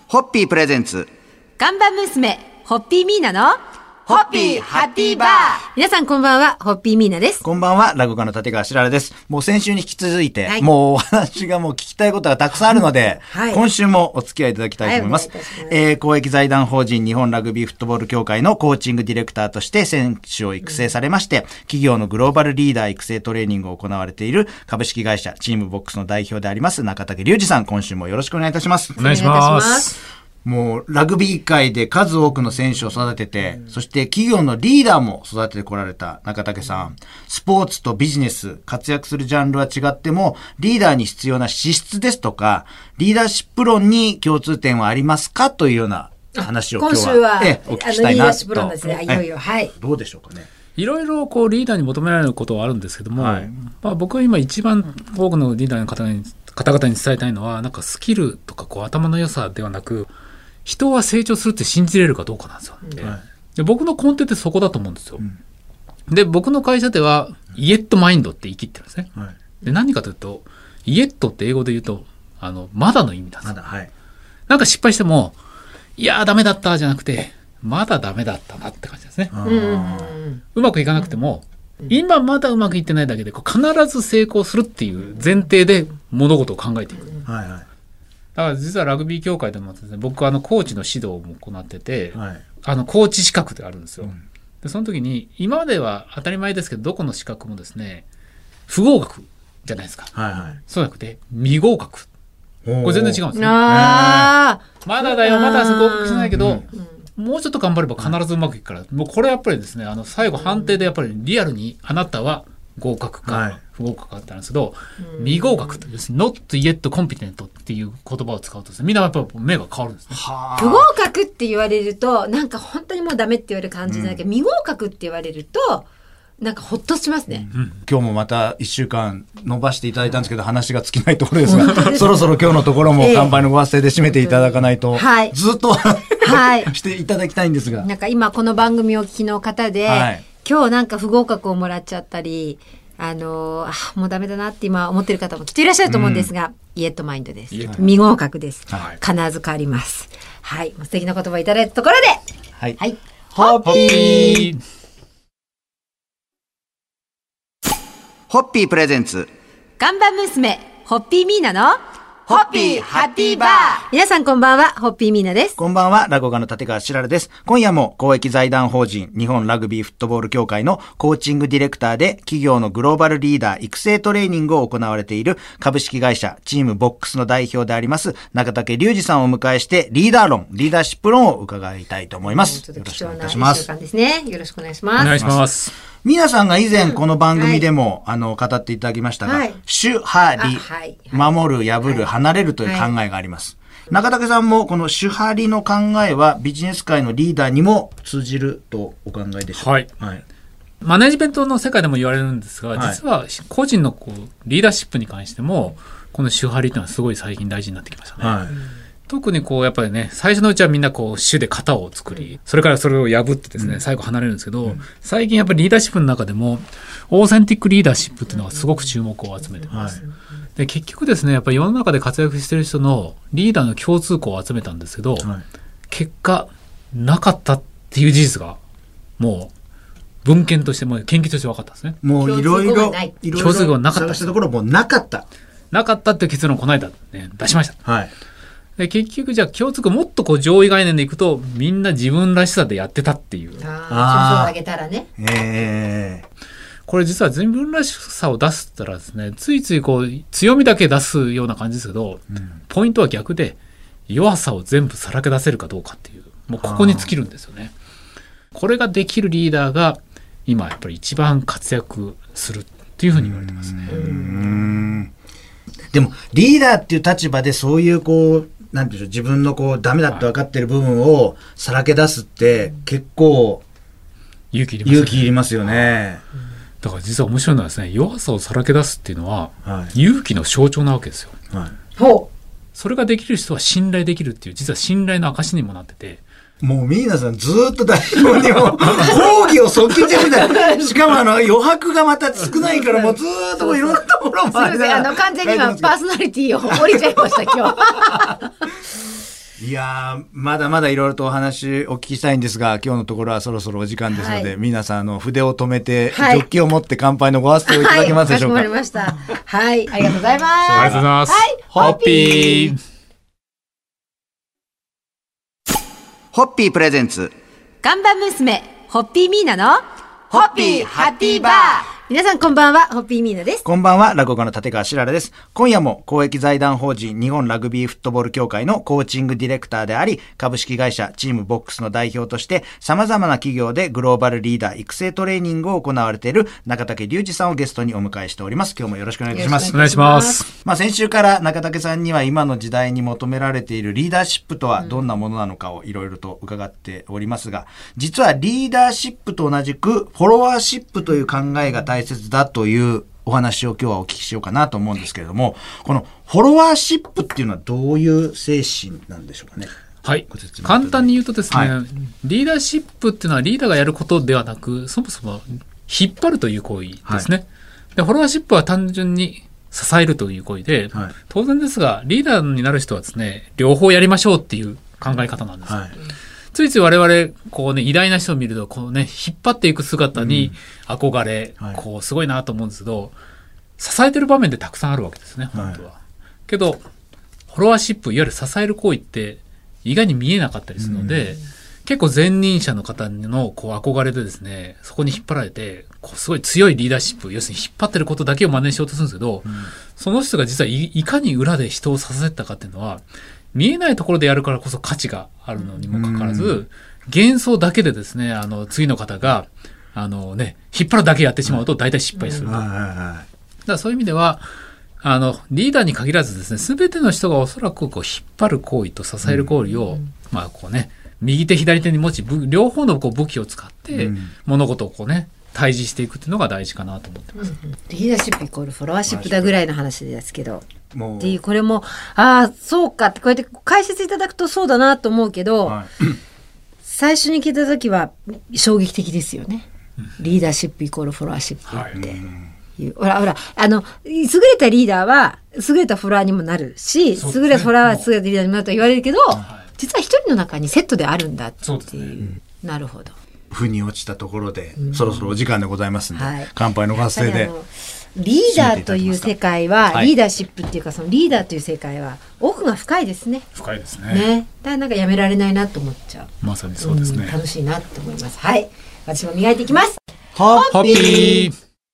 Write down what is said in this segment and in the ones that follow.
ホッピープレゼンツ看板娘ホッピーミーナのホッピーハッピーバー。 皆さんこんばんは、ホッピーミーナです。 こんばんは、落語家の立川しららです。もう先週に引き続いて、 はい、 もうお話がもう聞きたいことがたくさんあるので、 はい、 今週もお付き合いいただきたいと思います。公益財団法人日本ラグビーフットボール協会のコーチングディレクターとして選手を育成されまして、企業のグローバルリーダー育成トレーニングを行われている株式会社チームボックスの代表であります中竹隆二さん、今週もよろしくお願いいたします。 お願いします。 もうラグビー界で数多くの選手を育てて、そして企業のリーダーも育ててこられた中竹さん。スポーツとビジネス、活躍するジャンルは違っても、リーダーに必要な資質ですとか、リーダーシップ論に共通点はありますかというような話を今週はお聞きしたいなと。 リーダーシップ論ですね。いよいよ、はい。 どうでしょうかね。 いろいろこうリーダーに求められることはあるんですけども、はい、僕は今一番多くのリーダーの方々に伝えたいのは、なんかスキルとかこう頭の良さではなく、人は成長するって信じれるかどうかなんですよ、で僕の根底ってそこだと思うんですよ、で僕の会社ではイエットマインドって言い切ってるんですね、で何かというとイエットって英語で言うとまだの意味なんですよ、なんか失敗してもいやーダメだったじゃなくてまだダメだったなって感じですね、うまくいかなくても、今まだうまくいってないだけで必ず成功するっていう前提で物事を考えていく、だから実はラグビー協会でもですね、僕コーチの指導も行ってて、コーチ資格ってあるんですよ、でその時に今までは当たり前ですけどどこの資格もですね不合格じゃないですか、そうじゃなくて未合格、これ全然違うんですね。まだだよ、まだ合格しないけど、もうちょっと頑張れば必ずうまくいくから、もうこれやっぱりですね最後判定でやっぱりリアルにあなたは合格か不合格かってあるんですけど、未合格とです、not yet competent っていう言葉を使うとですね、みんなやっぱり目が変わるんですね。 不合格って言われるとなんか本当にもうダメって言われる感じじゃなきゃ、未合格って言われるとなんかほっとしますね、 今日もまた1週間伸ばしていただいたんですけど話が尽きないところですがそろそろ今日のところも乾杯のご発声で締めていただかないと、ずっとしていただきたいんですが、 なんか今この番組を聞きの方で、今日なんか不合格をもらっちゃったりもうダメだなって今思ってる方もきっといらっしゃると思うんですが、イエットマインドです。未合格です。必ず変わります。はい。素敵な言葉いただいたところで、 ホッピーホッピープレゼンツ看板娘ホッピーミーナのホッピーハッピーバー。 皆さんこんばんは、ホッピーミーナです。 こんばんは、落語家の立川しららです。今夜も公益財団法人日本ラグビーフットボール協会のコーチングディレクターで企業のグローバルリーダー育成トレーニングを行われている株式会社チームボックスの代表であります中竹隆二さんをお迎えしてリーダー論、リーダーシップ論を伺いたいと思います。よろしくお願いいたします。 ですね。よろしくお願いします。 お願いします。 皆さんが以前この番組でも、語っていただきましたが、主張理、守る、破る、離れるという考えがあります。中竹さんもこの主張理の考えはビジネス界のリーダーにも通じるとお考えでしょうか。 マネジメントの世界でも言われるんですが、実は個人のリーダーシップに関してもこの主張理というのはすごい最近大事になってきましたね。特にやっぱりね、最初のうちはみんな主で型を作り、それからそれを破ってですね、最後離れるんですけど、最近やっぱりリーダーシップの中でもオーセンティックリーダーシップっていうのがすごく注目を集めています。で結局ですね、やっぱり世の中で活躍している人のリーダーの共通項を集めたんですけど、結果なかったっていう事実がもう文献としても研究として分かったんですね。 もういろいろ共通項がなかった。 探したところもうなかった。 なかったっていう結論をこの間、ね、出しました。で結局じゃあ共通項もっと上位概念でいくとみんな自分らしさでやってたっていう。 症状を上げたらね。 これ実は自分らしさを出すったらですね、ついつい強みだけ出すような感じですけど、ポイントは逆で弱さを全部さらけ出せるかどうかっていう、もうここに尽きるんですよね。これができるリーダーが今やっぱり一番活躍するっていうふうに言われてますね。 でもリーダーっていう立場でそういうなんていうの、自分のダメだって分かってる部分をさらけ出すって結構勇気いりますよね。 だから実は面白いのはですね、弱さをさらけ出すっていうのは、勇気の象徴なわけですよ。それができる人は信頼できるっていう、実は信頼の証にもなってて、 もうミーナさんずーっと代表にも講義を即興でみたいな。しかも余白がまた少ないからもうずーっといろんなところもある。 完全に今パーソナリティを降りちゃいました今日。 いやー、まだまだいろいろとお話お聞きしたいんですが、今日のところはそろそろお時間ですので、皆さん筆を止めて、ジョッキを持って乾杯のご発声をいただけますでしょうか。 かしこまりました。はい、ありがとうございます。 ありがとうございます。 ホッピー。 ホッピープレゼンツ。 看板娘、ホッピーミーナのホッピーハッピーバー。 皆さんこんばんは、ホッピーミーナです。 こんばんは、落語家の立川しららです。今夜も公益財団法人日本ラグビーフットボール協会のコーチングディレクターであり、株式会社チームボックスの代表として、様々な企業でグローバルリーダー育成トレーニングを行われている中竹隆二さんをゲストにお迎えしております。今日もよろしくお願いします。 お願いします。 先週から中竹さんには今の時代に求められているリーダーシップとはどんなものなのかをいろいろと伺っておりますが、実はリーダーシップと同じくフォロワーシップという考えが大切だというお話を今日はお聞きしようかなと思うんですけれども、このフォロワーシップっていうのはどういう精神なんでしょうかね。 はい。簡単に言うとですね、リーダーシップっていうのはリーダーがやることではなく、そもそも引っ張るという行為ですね。で、フォロワーシップは単純に支えるという行為で、当然ですが、リーダーになる人はですね、両方やりましょうっていう考え方なんです。ついつい我々、こうね、偉大な人を見ると、こうね、引っ張っていく姿に憧れ、こう、すごいなと思うんですけど、支えてる場面でたくさんあるわけですね、本当は。けど、フォロワーシップ、いわゆる支える行為って、意外に見えなかったりするので、結構前任者の方のこう憧れでですね、そこに引っ張られて、こうすごい強いリーダーシップ、要するに引っ張ってることだけを真似しようとするんですけど、その人が実はいかに裏で人を支えたかっていうのは、見えないところでやるからこそ価値があるのにもかかわらず、幻想だけでですね、次の方が、引っ張るだけやってしまうと大体失敗すると。だからそういう意味では、リーダーに限らずですね、すべての人がおそらくこう引っ張る行為と支える行為を、こうね、右手左手に持ち、両方のこう武器を使って、物事をこうね、対峙していくっていうのが大事かなと思ってます。 リーダーシップイコールフォロワーシップだぐらいの話ですけど。っていう、これも、ああ、そうかって、こうやって解説いただくとそうだなと思うけど、最初に聞いた時は衝撃的ですよね。リーダーシップイコールフォロワーシップっていう。ほら、優れたリーダーは優れたフォロワーにもなるし、優れたフォロワーは優れたリーダーにもなると言われるけど、実は一人の中にセットであるんだっていう。なるほど。 腑に落ちたところで、そろそろお時間でございますので、乾杯のご発声で。 リーダーという世界は、リーダーシップっていうか、そのリーダーという世界は奥が深いですね。 深いですね。 だからなんかやめられないなと思っちゃう。 まさにそうですね。 楽しいなと思います。はい。私も磨いていきます。 ホッピー。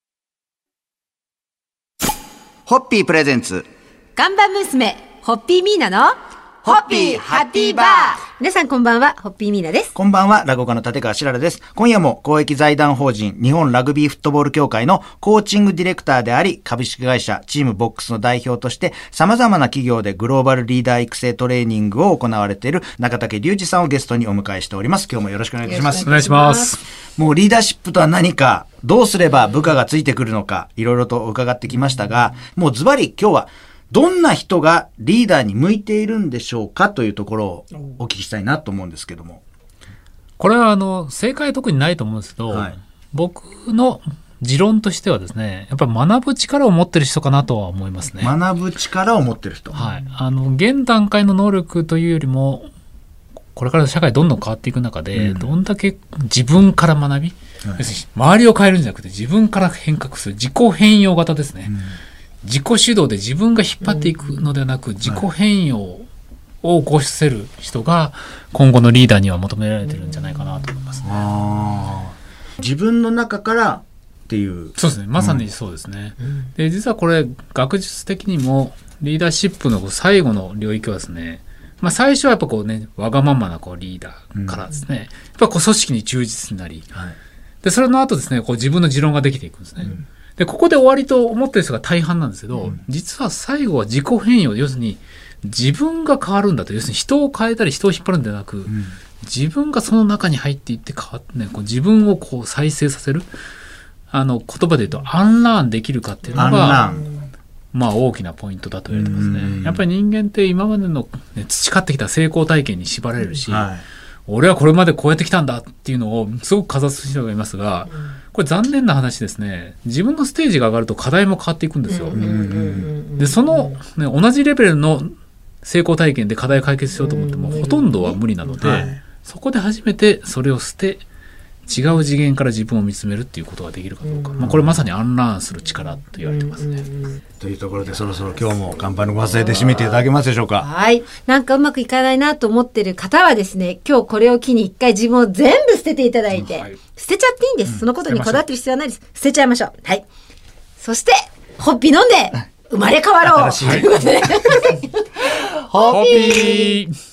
ホッピープレゼンツ。 看板娘、ホッピーミーナのホッピーハッピーバー。 皆さんこんばんは、ホッピーミーナです。 こんばんは、落語家の立川しららです。今夜も公益財団法人日本ラグビーフットボール協会のコーチングディレクターであり、株式会社チームボックスの代表として、様々な企業でグローバルリーダー育成トレーニングを行われている中竹隆二さんをゲストにお迎えしております。今日もよろしくお願いします。 お願いします。 もうリーダーシップとは何か、どうすれば部下がついてくるのか、いろいろと伺ってきましたが、もうズバリ今日は、どんな人がリーダーに向いているんでしょうかというところをお聞きしたいなと思うんですけども。 これは正解は特にないと思うんですけど、僕の持論としてはですね、やっぱり学ぶ力を持ってる人かなとは思いますね。 学ぶ力を持ってる人。 はい。現段階の能力というよりも、これから社会どんどん変わっていく中で、どんだけ自分から学び、要するに周りを変えるんじゃなくて自分から変革する自己変容型ですね。自己主導で自分が引っ張っていくのではなく、自己変容を起こせる人が今後のリーダーには求められてるんじゃないかなと思いますね。 自分の中からっていう。 そうですね。まさにそうですね。で、実はこれ学術的にもリーダーシップの最後の領域はですね、最初はやっぱこうね、わがままなこうリーダーからですね、やっぱこう組織に忠実になり、で、それの後ですね、こう自分の持論ができていくんですね。で、ここで終わりと思ってる人が大半なんですけど、実は最後は自己変容、要するに自分が変わるんだと、要するに人を変えたり人を引っ張るんではなく、自分がその中に入っていって変わってね、こう自分をこう再生させる、言葉で言うとアンラーンできるかっていうのが、大きなポイントだと言われてますね。やっぱり人間って今までの、培ってきた成功体験に縛られるし、俺はこれまでこうやってきたんだっていうのをすごくかざす人がいますが、これ残念な話ですね。自分のステージが上がると課題も変わっていくんですよ。で、その、同じレベルの成功体験で課題を解決しようと思ってもほとんどは無理なので、そこで初めてそれを捨て違う次元から自分を見つめるっていうことができるかどうか、これまさにアンラーンする力と言われてますね。 というところでそろそろ今日も乾杯のご発声で締めていただけますでしょうか。 はい。なんかうまくいかないなと思ってる方はですね、今日これを機に一回自分を全部捨てていただいて、捨てちゃっていいんです。そのことにこだわってる必要はないです。捨てちゃいましょう。はい。そしてホッピー飲んで生まれ変わろう。ということでホッピー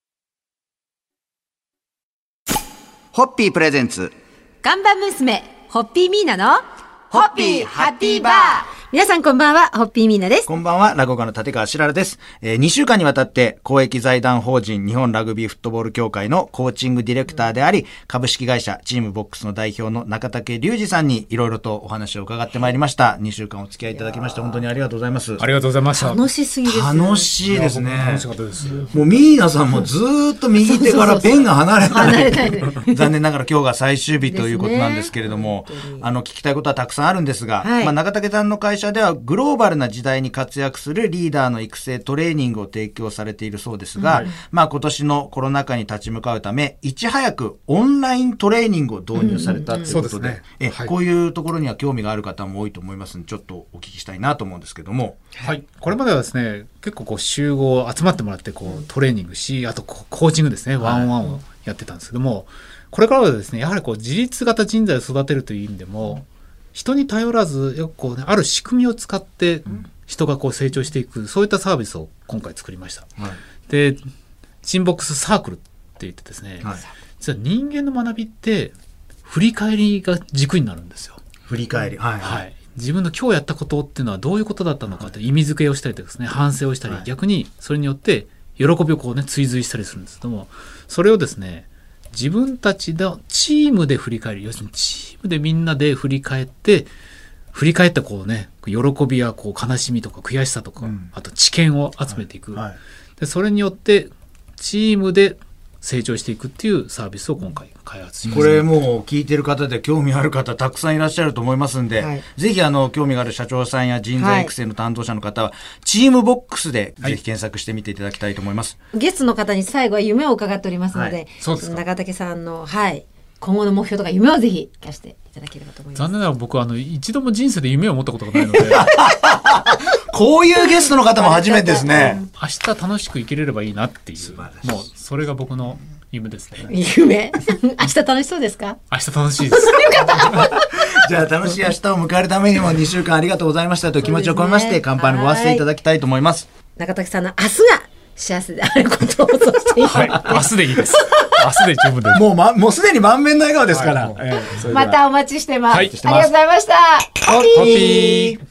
ホッピープレゼンツ看板娘ホッピーミーナのホッピーハッピーバー。 皆さんこんばんは、ホッピーミーナです。 こんばんは、落語家の立川しららです。2週間にわたって公益財団法人日本ラグビーフットボール協会のコーチングディレクターであり、株式会社チームボックスの代表の中竹隆二さんにいろいろとお話を伺ってまいりました。2週間お付き合いいただきまして本当にありがとうございます。 ありがとうございました。 楽しすぎです。 楽しいですね。 楽しかったです。 もうミーナさんもずーっと右手からペンが離れない。残念ながら今日が最終日ということなんですけれども、聞きたいことはたくさんあるんですが、中竹さんの会社ではグローバルな時代に活躍するリーダーの育成トレーニングを提供されているそうですが、今年のコロナ禍に立ち向かうためいち早くオンライントレーニングを導入されたということで、こういうところには興味がある方も多いと思いますので、ちょっとお聞きしたいなと思うんですけども。 はい、これまではですね、結構集合集まってもらってトレーニングし、あとコーチングですね、ワンオンワンをやってたんですけども、これからはですね、やはり自立型人材を育てるという意味でも、人に頼らずある仕組みを使って人が成長していく、そういったサービスを今回作りました。で、チームボックスサークルって言ってですね、実は人間の学びって振り返りが軸になるんですよ。 振り返り、 自分の今日やったことっていうのはどういうことだったのかって意味付けをしたりとかですね、反省をしたり、逆にそれによって喜びを追随したりするんですけども、それをですね、自分たちのチームで振り返る、要するにチームでみんなで振り返った喜びや悲しみとか悔しさとか、あと知見を集めていく、でそれによってチームで成長していくっていうサービスを今回開発しました。 これもう聞いてる方で興味ある方たくさんいらっしゃると思いますんで、ぜひ興味がある社長さんや人材育成の担当者の方は、チームボックスでぜひ検索してみていただきたいと思います。 ゲストの方に最後は夢を伺っておりますので、中竹さんの今後の目標とか夢をぜひ聞かせていただければと思います。 残念ながら僕は一度も人生で夢を持ったことがないのでこういうゲストの方も初めてですね。 明日楽しく生きれればいいなっていう、もうそれが僕の夢ですね。 夢明日楽しそうですか？ 明日楽しいです。 じゃあ楽しい明日を迎えるためにも2週間ありがとうございましたという気持ちを込めまして、乾杯のご発声いただきたいと思います。 中竹さんの明日が幸せであることを想しています。 明日でいいです。明日で十分です。 もうすでに満面の笑顔ですから。 またお待ちしてます。 ありがとうございました。 ホッピー。